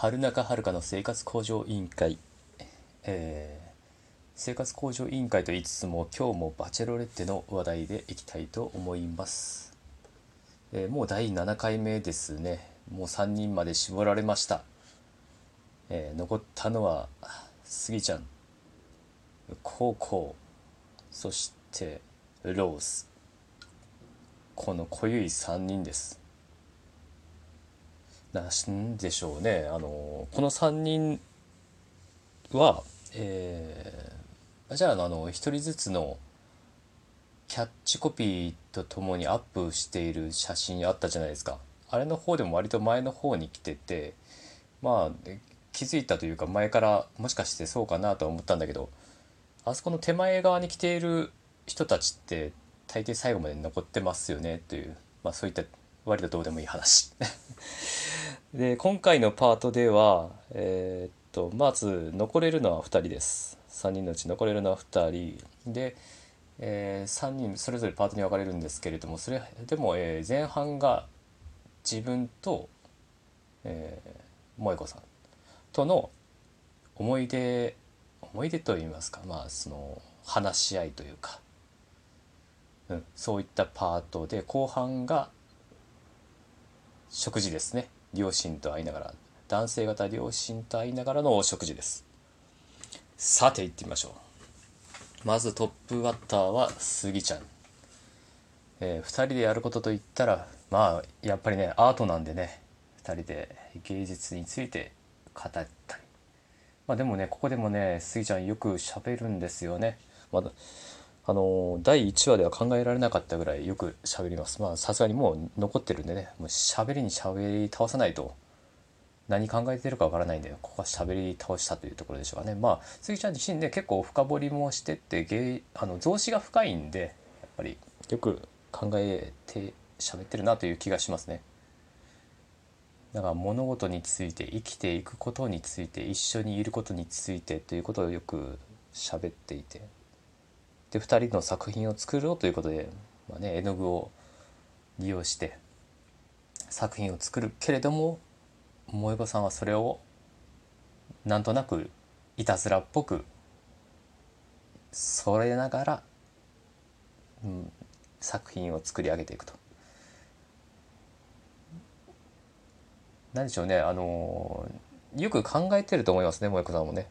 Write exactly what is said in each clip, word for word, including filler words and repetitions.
春中遥の生活向上委員会、えー生活向上委員会と言いつつも今日もバチェロレッテの話題でいきたいと思います。えーもうだいななかいめですね。もうさんにんまで絞られました。えー残ったのはスギちゃん、コウコウ、そしてロース。この濃ゆいさんにんです。なんでしょうね、あのこのさんにんは、えーじゃああのひとりずつのキャッチコピーとともにアップしている写真あったじゃないですか。あれの方でも割と前の方に来てて、まあ気づいたというか前からもしかしてそうかなとは思ったんだけど、あそこの手前側に来ている人たちって大抵最後まで残ってますよねという、まあそういった割とどうでもいい話で、今回のパートでは、えーっとまず残れるのはふたりです。さんにんのうち残れるのはふたりで、えーさんにんそれぞれパートに分かれるんですけれども、それでも、えー前半が自分と、えー萌子さんとの思い出思い出といいますか、まあその話し合いというか、うん、そういったパートで、後半が食事ですね。両親と会いながら、男性方両親と会いながらのお食事です。さて行ってみましょう。まずトップバッターはスギちゃん。えー、ふたりでやることといったら、まあやっぱりねアートなんでね、ふたりで芸術について語ったり、まあでもねここでもねスギちゃんよく喋るんですよね。まだあのーだいいちわでは考えられなかったぐらいよく喋ります。まあさすがにもう残ってるんでね、もう喋りに喋り倒さないと何考えてるかわからないんで、ここは喋り倒したというところでしょうかね。まあスギちゃん自身ね結構深掘りもしてって芸あの造詞が深いんで、やっぱりよく考えて喋ってるなという気がしますね。だから物事について、生きていくことについて、一緒にいることについてということをよく喋っていて、でふたりの作品を作ろうということで、まあね、絵の具を利用して作品を作るけれども、萌子さんはそれをなんとなくいたずらっぽくそれながら、うん、作品を作り上げていくと。何でしょうね、あのよく考えてると思いますね、萌子さんもね。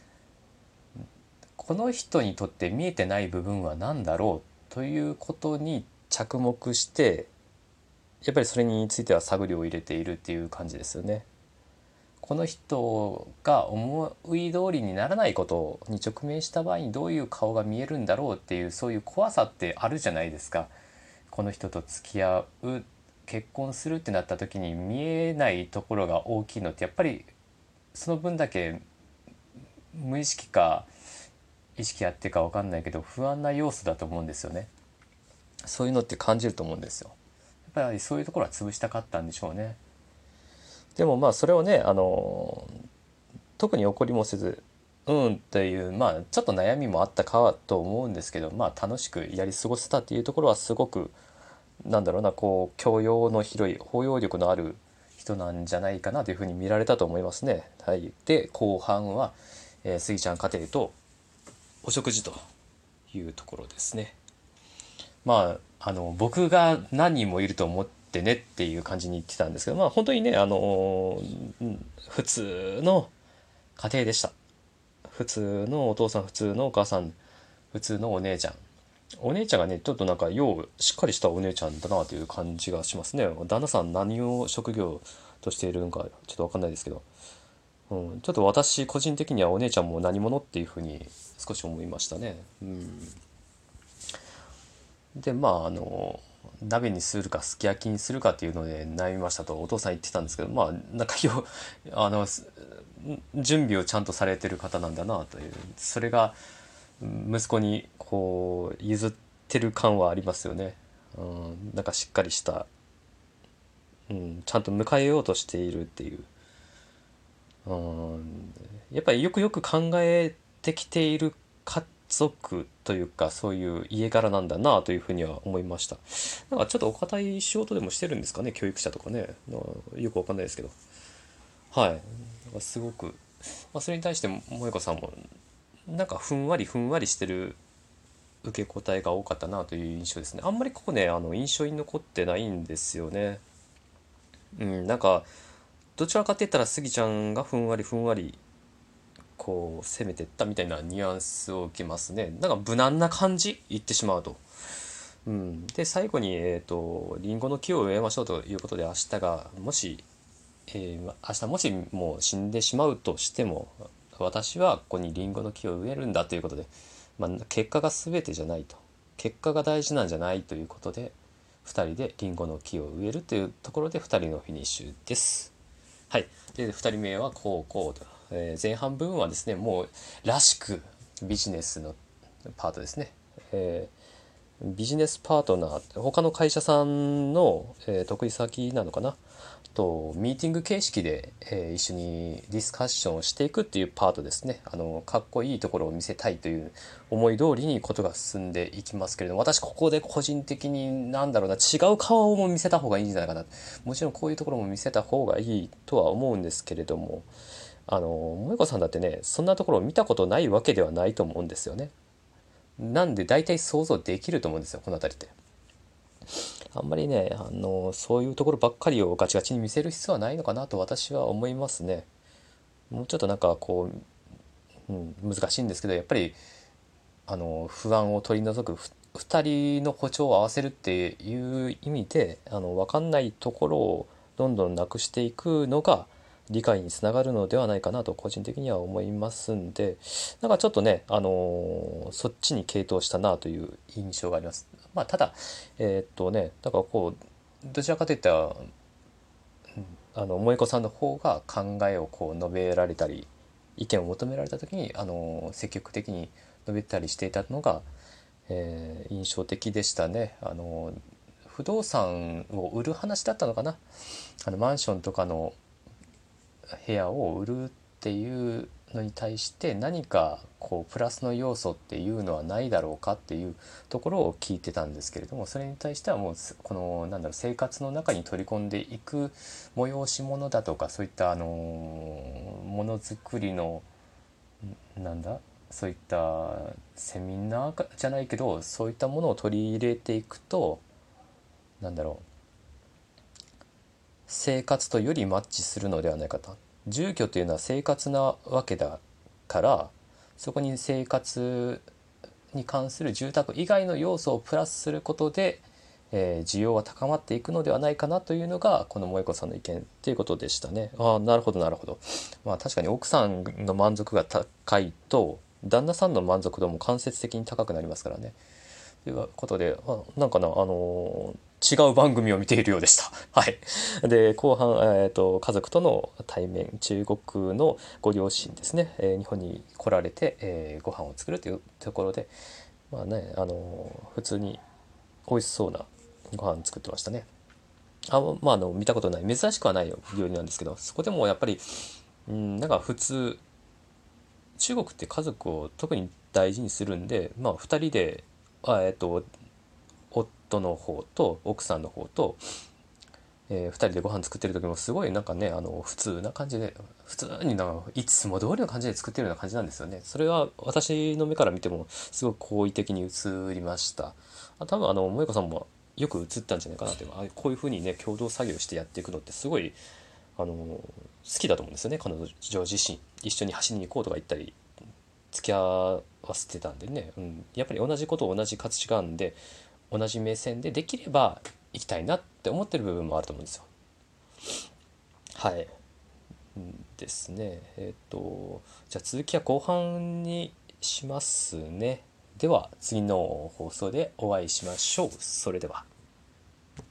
この人にとって見えてない部分は何だろうということに着目して、やっぱりそれについては探りを入れているっていう感じですよね。この人が思い通りにならないことに直面した場合にどういう顔が見えるんだろうっていう、そういう怖さってあるじゃないですか。この人と付き合う、結婚するってなった時に見えないところが大きいのって、やっぱりその分だけ無意識か意識やってるか分かんないけど不安な要素だと思うんですよね。そういうのって感じると思うんですよ。やっぱりそういうところは潰したかったんでしょうね。でもまあそれをね、あの特に怒りもせず、うんっていう、まあちょっと悩みもあったかと思うんですけど、まあ楽しくやり過ごせたっていうところはすごく、なんだろうな、こう教養の広い包容力のある人なんじゃないかなというふうに見られたと思いますね。はい、で後半は、えー、スギちゃん家庭とお食事というところですね。まああの僕が何人もいると思ってねっていう感じに言ってたんですけど、まあ本当にね、あの普通の家庭でした。普通のお父さん、普通のお母さん、普通のお姉ちゃん。お姉ちゃんがねちょっとなんかようしっかりしたお姉ちゃんだなという感じがしますね。旦那さん何を職業としているのかちょっと分かんないですけど、うん、ちょっと私個人的にはお姉ちゃんも何者っていうふうに少し思いましたね。うん、でまああの鍋にするかすき焼きにするかっていうので悩みましたとお父さん言ってたんですけど、まあなんかよあの準備をちゃんとされてる方なんだなという、それが息子にこう譲ってる感はありますよね。うん、なんかしっかりした、うん、ちゃんと迎えようとしているっていう、うん、やっぱりよくよく考えてきている家族というかそういう家柄なんだなというふうには思いました。なんかちょっとお堅い仕事でもしてるんですかね、教育者とかね。よくわかんないですけど、 はい。なんかすごく、まあ、それに対して萌子さんもなんかふんわりふんわりしてる受け答えが多かったなという印象ですね。あんまりここね、あの印象に残ってないんですよね。うん、なんかどちらかって言ったらスギちゃんがふんわりふんわりこう攻めてったみたいなニュアンスを受けますね。なんか無難な感じ言ってしまうと。うん、で最後に、えーと「リンゴの木を植えましょう」ということで、明日がもし、えーま明日もしもう死んでしまうとしても、私はここにリンゴの木を植えるんだということで、まあ、結果が全てじゃないと、結果が大事なんじゃないということで、ふたりでリンゴの木を植えるというところでふたりのフィニッシュです。はい。でふたりめはこうこうと、えー前半部分はですね、もうらしくビジネスのパートですね。えービジネスパートナー、他の会社さんの、えー得意先なのかなと、ミーティング形式で、えー一緒にディスカッションをしていくっていうパートですね。あのかっこいいところを見せたいという思い通りにことが進んでいきますけれども、私ここで個人的になんだろうな、違う顔も見せた方がいいんじゃないかな。もちろんこういうところも見せた方がいいとは思うんですけれども、あの萌子さんだってね、そんなところを見たことないわけではないと思うんですよね。なんで大体想像できると思うんですよ、この辺りって。あんまりね、あのそういうところばっかりをガチガチに見せる必要はないのかなと私は思いますね。もうちょっとなんかこう、うん、難しいんですけど、やっぱりあの不安を取り除くふふたりの歩調を合わせるっていう意味で、あの分かんないところをどんどんなくしていくのが理解につながるのではないかなと個人的には思いますんで、なんかちょっとね、あのーそっちに傾倒したなという印象があります。まあただ、えーっとね、だからこうどちらかといったら、あの萌子さんの方が考えをこう述べられたり、意見を求められた時に、あの積極的に述べたりしていたのが、えー印象的でしたね。あの不動産を売る話だったのかな。あのマンションとかの部屋を売るっていうのに対して何かこうプラスの要素っていうのはないだろうかっていうところを聞いてたんですけれども、それに対してはもうこのなんだろう、生活の中に取り込んでいく催し物だとか、そういったあのものづくりのなんだ、そういったセミナーじゃないけど、そういったものを取り入れていくと、なんだろう、生活とよりマッチするのではないかと。住居というのは生活なわけだから、そこに生活に関する住宅以外の要素をプラスすることで、えー需要は高まっていくのではないかなというのがこの萌子さんの意見ということでしたね。ああ、なるほどなるほど。まあ確かに奥さんの満足が高いと旦那さんの満足度も間接的に高くなりますからね。ということで、あ、なんかな、あのー違う番組を見ているようでした。はい。で、後半、えーと、家族との対面、中国のご両親ですね、えー日本に来られて、えーご飯を作るというところで、まあね、あのー普通に美味しそうなご飯作ってましたね。あ、まあ、あの、見たことない、珍しくはない料理なんですけど、そこでもやっぱり、うん、なんか普通、中国って家族を特に大事にするんで、まあ、ふたりで、あ、えっと、夫の方と奥さんの方と、えー、ふたりでご飯作ってる時もすごいなんかね、あの普通な感じで、普通になんかいつも通りの感じで作ってるような感じなんですよね。それは私の目から見てもすごく好意的に映りました。あ、多分あの萌子さんもよく映ったんじゃないかなって、あ、こういう風にね共同作業してやっていくのってすごいあの好きだと思うんですよね、彼女自身。一緒に走りに行こうとか言ったり付き合わせてたんでね、うん、やっぱり同じことを同じ価値観で同じ目線でできれば行きたいなって思ってる部分もあると思うんですよ。はい。ですね。えっと、じゃあ続きは後半にしますね。では次の放送でお会いしましょう。それでは。